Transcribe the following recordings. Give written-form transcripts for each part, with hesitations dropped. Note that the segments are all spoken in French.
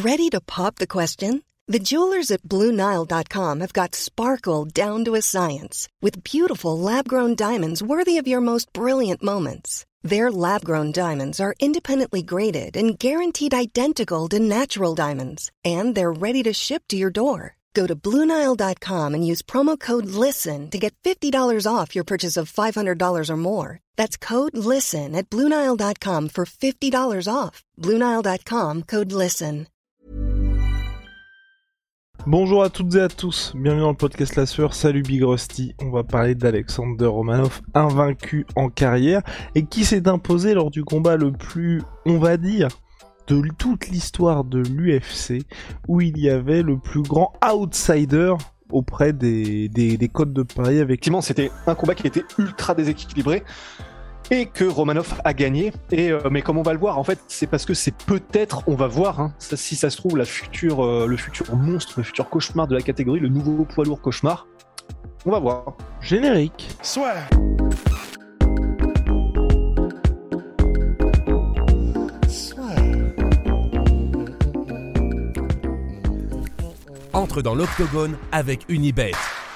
Ready to pop the question? The jewelers at BlueNile.com have got sparkle down to a science with beautiful lab-grown diamonds worthy of your most brilliant moments. Their lab-grown diamonds are independently graded and guaranteed identical to natural diamonds, and they're ready to ship to your door. Go to BlueNile.com and use promo code LISTEN to get $50 off your purchase of $500 or more. That's code LISTEN at BlueNile.com for $50 off. BlueNile.com, code LISTEN. Bonjour à toutes et à tous, bienvenue dans le podcast La Sueur, salut Big Rusty. On va parler d'Alexander Romanov, invaincu en carrière, et qui s'est imposé lors du combat le plus, on va dire, de toute l'histoire de l'UFC, où il y avait le plus grand outsider auprès des codes de Paris. Effectivement, c'était un combat qui était ultra déséquilibré et que Romanov a gagné. Mais comme on va le voir, en fait, c'est parce que c'est peut-être, on va voir, hein, ça, si ça se trouve, le futur monstre, le futur cauchemar de la catégorie, le nouveau poids lourd cauchemar. On va voir. Générique. Soit. Entre dans l'octogone avec Unibet.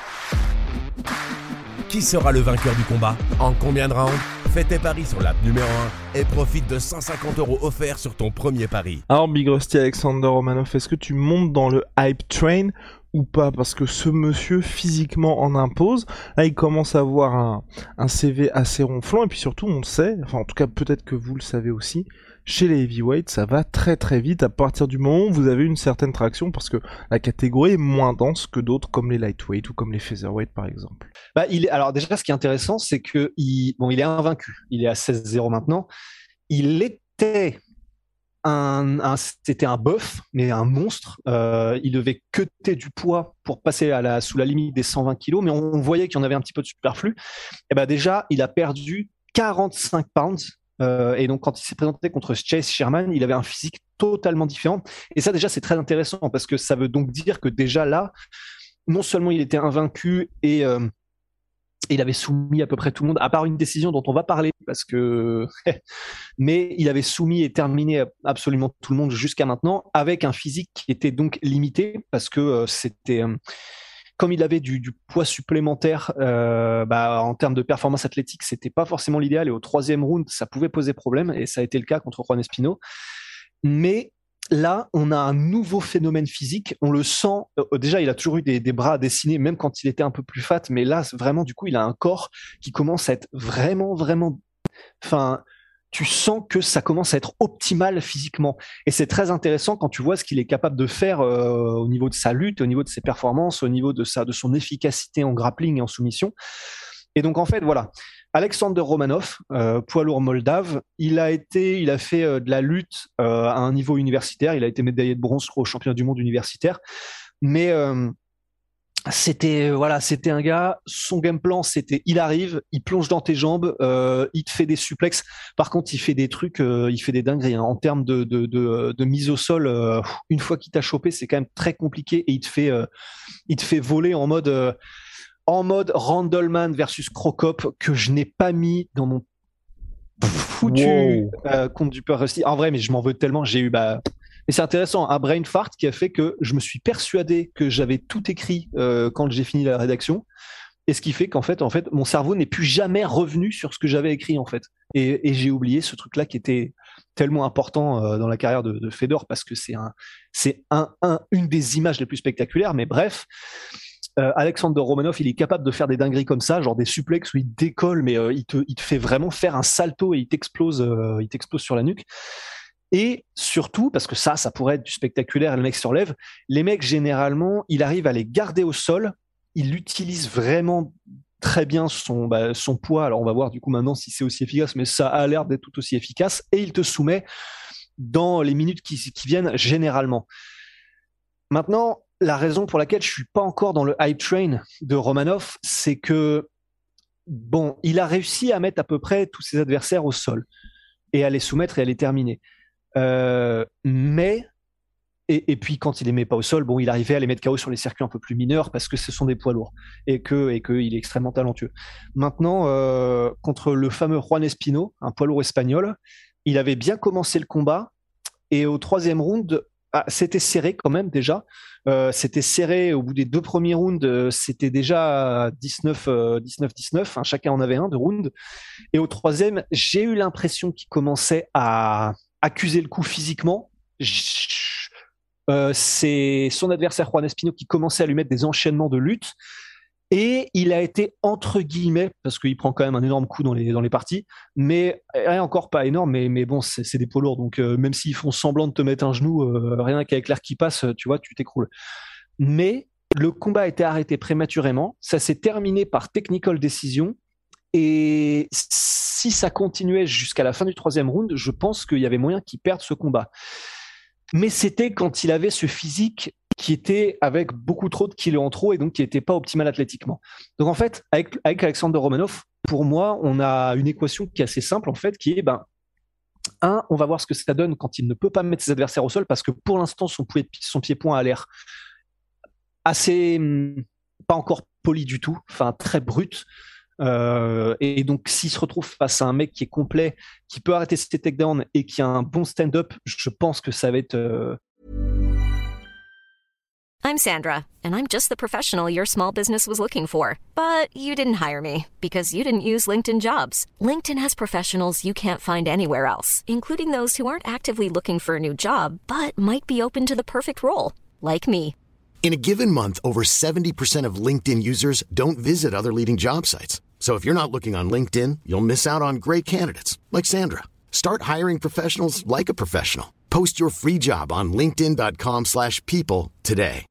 Qui sera le vainqueur du combat? En combien de rounds? Fais tes paris sur l'app numéro 1 et profite de 150 € offerts sur ton premier pari. Alors Big Rusty, Alexander Romanov, est-ce que tu montes dans le hype train ou pas? Parce que ce monsieur physiquement en impose. Là il commence à avoir un CV assez ronflant, et puis surtout on le sait, enfin en tout cas peut-être que vous le savez aussi, chez les heavyweights ça va très très vite à partir du moment où vous avez une certaine traction, parce que la catégorie est moins dense que d'autres comme les lightweight ou comme les featherweight par exemple. Alors déjà, ce qui est intéressant, c'est que il est invaincu. Il est à 16-0 maintenant. Il était c'était un bœuf, mais un monstre. Il devait cutter du poids pour passer sous la limite des 120 kilos, mais on voyait qu'il y en avait un petit peu de superflu. Et déjà, il a perdu 45 pounds. Et donc, quand il s'est présenté contre Chase Sherman, il avait un physique totalement différent. Et ça, déjà, c'est très intéressant parce que ça veut donc dire que déjà là, non seulement il était invaincu et il avait soumis à peu près tout le monde, à part une décision dont on va parler, mais il avait soumis et terminé absolument tout le monde jusqu'à maintenant, avec un physique qui était donc limité, parce que c'était... Comme il avait du poids supplémentaire, en termes de performance athlétique, c'était pas forcément l'idéal, et au troisième round, ça pouvait poser problème, et ça a été le cas contre Juan Espino. Mais là, on a un nouveau phénomène physique, on le sent, déjà il a toujours eu des bras à dessiner, même quand il était un peu plus fat, mais là, vraiment, du coup, il a un corps qui commence à être vraiment, vraiment... Enfin, tu sens que ça commence à être optimal physiquement. Et c'est très intéressant quand tu vois ce qu'il est capable de faire au niveau de sa lutte, au niveau de ses performances, au niveau de son efficacité en grappling et en soumission. Et donc, en fait, voilà. Alexander Romanov, poids lourd moldave, il a fait de la lutte à un niveau universitaire. Il a été médaillé de bronze au championnat du monde universitaire. Mais c'était un gars, son game plan, c'était il arrive, il plonge dans tes jambes, il te fait des suplexes. Par contre, il fait des trucs, il fait des dingueries, hein. En termes de mise au sol, une fois qu'il t'a chopé, c'est quand même très compliqué, et il te fait voler en mode Randleman versus Crocop, que je n'ai pas mis dans mon foutu compte du Peur Rusty. En vrai, mais je m'en veux tellement. J'ai eu et c'est intéressant, un brain fart qui a fait que je me suis persuadé que j'avais tout écrit quand j'ai fini la rédaction, et ce qui fait qu'en fait, mon cerveau n'est plus jamais revenu sur ce que j'avais écrit en fait, et j'ai oublié ce truc-là qui était tellement important dans la carrière de Fedor, parce que c'est une des images les plus spectaculaires. Mais bref, Alexander Romanov, il est capable de faire des dingueries comme ça, genre des suplexes où il décolle, mais il te fait vraiment faire un salto et il t'explose sur la nuque. Et surtout, parce que ça pourrait être du spectaculaire et le mec se relève, les mecs, généralement, il arrive à les garder au sol, il utilise vraiment très bien son poids. Alors on va voir du coup maintenant si c'est aussi efficace, mais ça a l'air d'être tout aussi efficace, et il te soumet dans les minutes qui viennent généralement. Maintenant, la raison pour laquelle je suis pas encore dans le hype train de Romanov, c'est que il a réussi à mettre à peu près tous ses adversaires au sol et à les soumettre et à les terminer. Mais puis quand il les met pas au sol, il arrivait à les mettre KO sur les circuits un peu plus mineurs, parce que ce sont des poids lourds, et que il est extrêmement talentueux. Maintenant, contre le fameux Juan Espino, un poids lourd espagnol, il avait bien commencé le combat, et au troisième round, c'était serré quand même déjà. C'était serré au bout des 2 premiers rounds. C'était déjà 19-19, hein, chacun en avait un de round. Et au troisième, j'ai eu l'impression qu'il commençait à accuser le coup physiquement. C'est son adversaire Juan Espino qui commençait à lui mettre des enchaînements de lutte. Et il a été entre guillemets, parce qu'il prend quand même un énorme coup dans les parties, mais encore pas énorme, mais bon, c'est des poids lourds, donc même s'ils font semblant de te mettre un genou, rien qu'avec l'air qui passe, tu vois, tu t'écroules. Mais le combat a été arrêté prématurément, ça s'est terminé par technical decision, et si ça continuait jusqu'à la fin du 3e round, je pense qu'il y avait moyen qu'il perde ce combat. Mais c'était quand il avait ce physique qui était avec beaucoup trop de kilos en trop et donc qui n'était pas optimal athlétiquement. Donc en fait, avec Alexander Romanov, pour moi, on a une équation qui est assez simple en fait, qui est on va voir ce que ça donne quand il ne peut pas mettre ses adversaires au sol parce que pour l'instant, son pied-point a l'air assez pas encore poli du tout, enfin très brut. Et donc s'il se retrouve face à un mec qui est complet, qui peut arrêter ses takedowns et qui a un bon stand-up, je pense que ça va être I'm Sandra, and I'm just the professional your small business was looking for. But you didn't hire me because you didn't use LinkedIn Jobs. LinkedIn has professionals you can't find anywhere else, including those who aren't actively looking for a new job, but might be open to the perfect role, like me. In a given month, over 70% of LinkedIn users don't visit other leading job sites. So if you're not looking on LinkedIn, you'll miss out on great candidates like Sandra. Start hiring professionals like a professional. Post your free job on linkedin.com/people today.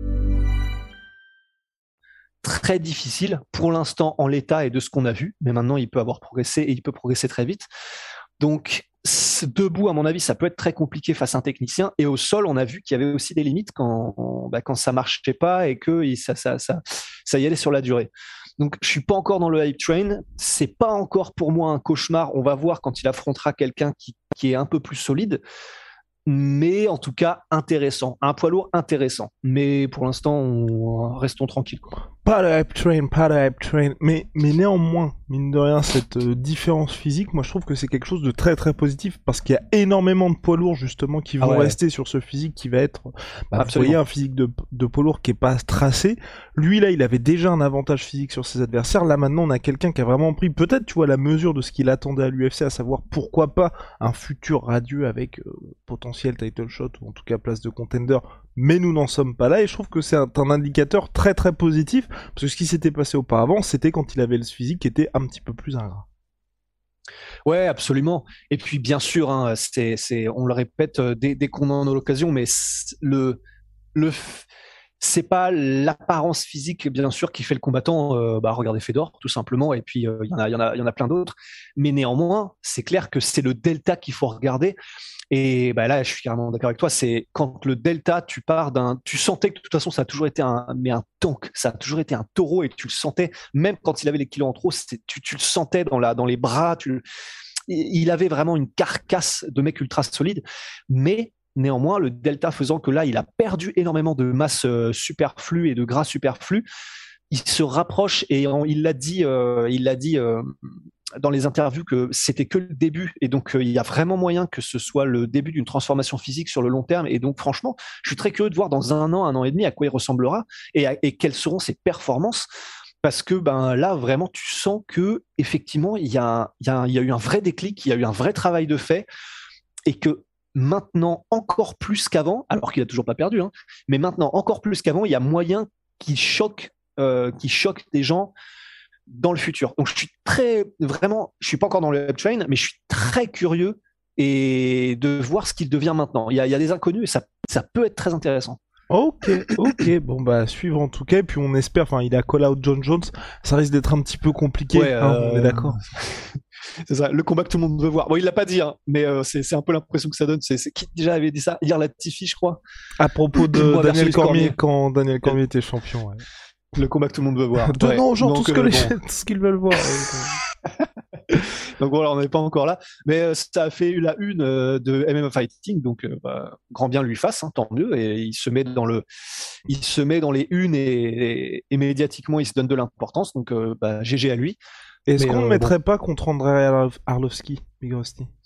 Très difficile pour l'instant en l'état et de ce qu'on a vu, mais maintenant il peut avoir progressé et il peut progresser très vite. Donc debout, à mon avis, ça peut être très compliqué face à un technicien. Et au sol, on a vu qu'il y avait aussi des limites quand ça marchait pas et que ça y allait sur la durée. Donc je suis pas encore dans le hype train. C'est pas encore pour moi un cauchemar. On va voir quand il affrontera quelqu'un qui est un peu plus solide. Mais en tout cas intéressant, un poids lourd intéressant. Mais pour l'instant, restons tranquilles, quoi. Pas de hype train, mais néanmoins, mine de rien, cette différence physique, moi je trouve que c'est quelque chose de très très positif parce qu'il y a énormément de poids lourds justement qui vont rester sur ce physique qui va être, vous voyez, un physique de poids lourd qui est pas tracé. Lui là, il avait déjà un avantage physique sur ses adversaires. Là maintenant, on a quelqu'un qui a vraiment pris peut-être, tu vois, la mesure de ce qu'il attendait à l'UFC, à savoir pourquoi pas un futur radieux avec potentiel title shot ou en tout cas place de contender. Mais nous n'en sommes pas là et je trouve que c'est un indicateur très très positif parce que ce qui s'était passé auparavant, c'était quand il avait le physique qui était un petit peu plus ingrat. Ouais, absolument. Et puis bien sûr, hein, on le répète dès qu'on en a l'occasion, mais c'est pas l'apparence physique bien sûr qui fait le combattant. Regardez Fedor tout simplement, et puis il y en a plein d'autres. Mais néanmoins, c'est clair que c'est le delta qu'il faut regarder. Et là, je suis carrément d'accord avec toi. C'est quand le delta, tu sentais que de toute façon, ça a toujours été un tank, ça a toujours été un taureau, et tu le sentais, même quand il avait les kilos en trop, tu le sentais dans les bras. Il avait vraiment une carcasse de mec ultra solide, mais néanmoins, le delta faisant que là, il a perdu énormément de masse superflue et de gras superflu. Il se rapproche et il l'a dit dans les interviews que c'était que le début, et donc il y a vraiment moyen que ce soit le début d'une transformation physique sur le long terme. Et donc franchement, je suis très curieux de voir dans un an et demi à quoi il ressemblera et quelles seront ses performances. Parce que là vraiment tu sens que effectivement il y a eu un vrai déclic, il y a eu un vrai travail de fait, et que maintenant encore plus qu'avant, alors qu'il a toujours pas perdu, hein, mais maintenant encore plus qu'avant, il y a moyen qu'il choque des gens dans le futur. Donc je suis pas encore dans le uptrain, mais je suis très curieux et de voir ce qu'il devient maintenant. Il y a des inconnus et ça peut être très intéressant. Ok, bon suivre en tout cas, et puis on espère, il a call out John Jones, ça risque d'être un petit peu compliqué, on est d'accord. C'est ça, le combat que tout le monde veut voir. Bon, il l'a pas dit, hein, mais c'est un peu l'impression que ça donne. C'est qui déjà avait dit ça? Hier, Latifi, je crois. À propos de Daniel Cormier, quand Daniel Cormier était champion. Ouais. Le combat que tout le monde veut voir. Donnons aux gens tout ce qu'ils veulent voir. Donc voilà, on n'est pas encore là, mais ça a fait la une de MMA Fighting, donc grand bien lui fasse, hein, tant mieux. Et il se met dans les unes et médiatiquement il se donne de l'importance, donc GG à lui. Est-ce qu'on ne mettrait pas contre Andrei Arlovski, Big Rusty?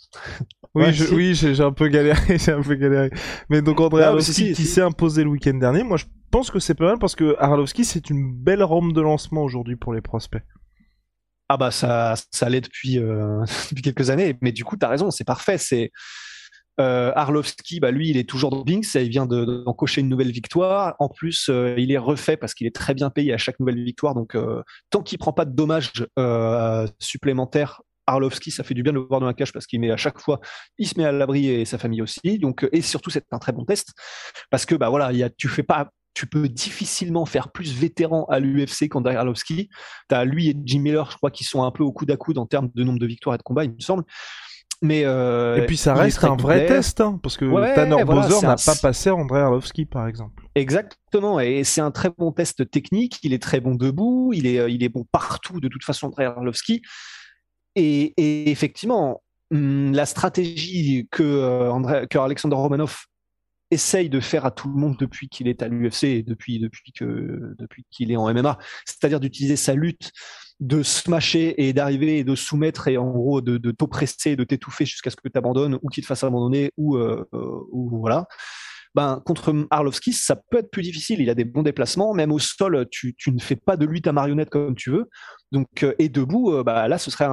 Oui, j'ai un peu galéré, Mais donc Andrei Arlovski qui s'est imposé le week-end dernier, moi je pense que c'est pas mal parce que Arlovski c'est une belle rampe de lancement aujourd'hui pour les prospects. Ah bah ça l'est depuis quelques années, mais du coup t'as raison, c'est parfait. C'est Arlovski, bah lui il est toujours dans Binks, il vient d'en cocher une nouvelle victoire. En plus il est refait parce qu'il est très bien payé à chaque nouvelle victoire, donc tant qu'il prend pas de dommages supplémentaires, Arlovski, ça fait du bien de le voir dans la cage parce qu'il met à chaque fois, il se met à l'abri et sa famille aussi. Donc, et surtout, c'est un très bon test parce que bah voilà, tu peux difficilement faire plus vétéran à l'UFC qu'Andrei Arlovski. T'as lui et Jim Miller, je crois, qui sont un peu au coude à coude en termes de nombre de victoires et de combats, il me semble. Mais et puis ça reste un vrai test, hein, parce que Tanner Boser n'a pas passé Andrei Arlovski, par exemple. Exactement, et c'est un très bon test technique. Il est très bon debout, il est bon partout. De toute façon, Andrei Arlovski. Et effectivement, la stratégie que Alexander Romanov essaye de faire à tout le monde depuis qu'il est à l'UFC et depuis qu'il est en MMA, c'est-à-dire d'utiliser sa lutte, de smasher et d'arriver et de soumettre et en gros de t'oppresser, de t'étouffer jusqu'à ce que tu abandonnes ou qu'il te fasse abandonner ou voilà. Ben, contre Arlovski, ça peut être plus difficile. Il a des bons déplacements. Même au sol, tu ne fais pas de lui ta marionnette comme tu veux. Donc, et debout, bah, là, ce serait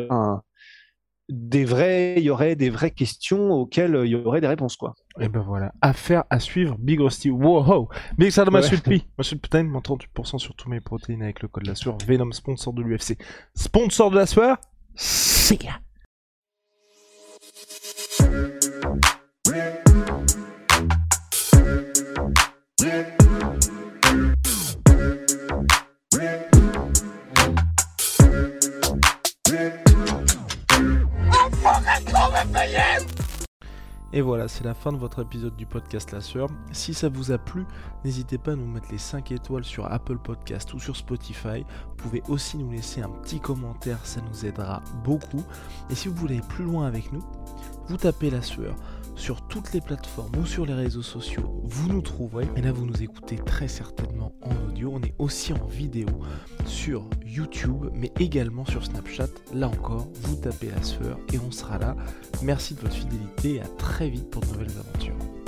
il y aurait des vraies questions auxquelles il y aurait des réponses, quoi. Et ben voilà. Affaire à suivre. Big Rusty. Wow. Big Sad Masud P. Masud Putain, moins 38% sur tous mes protéines avec le code de la sueur. Venom, sponsor de l'UFC. Sponsor de la sueur. C'est là. Et voilà, c'est la fin de votre épisode du podcast La Sueur. Si ça vous a plu, n'hésitez pas à nous mettre les 5 étoiles sur Apple Podcast ou sur Spotify. Vous pouvez aussi nous laisser un petit commentaire, ça nous aidera beaucoup. Et si vous voulez aller plus loin avec nous, vous tapez La Sueur sur toutes les plateformes ou sur les réseaux sociaux, vous nous trouverez. Et là, vous nous écoutez très certainement en audio. On est aussi en vidéo sur YouTube, mais également sur Snapchat. Là encore, vous tapez La Sueur et on sera là. Merci de votre fidélité et à très vite pour de nouvelles aventures.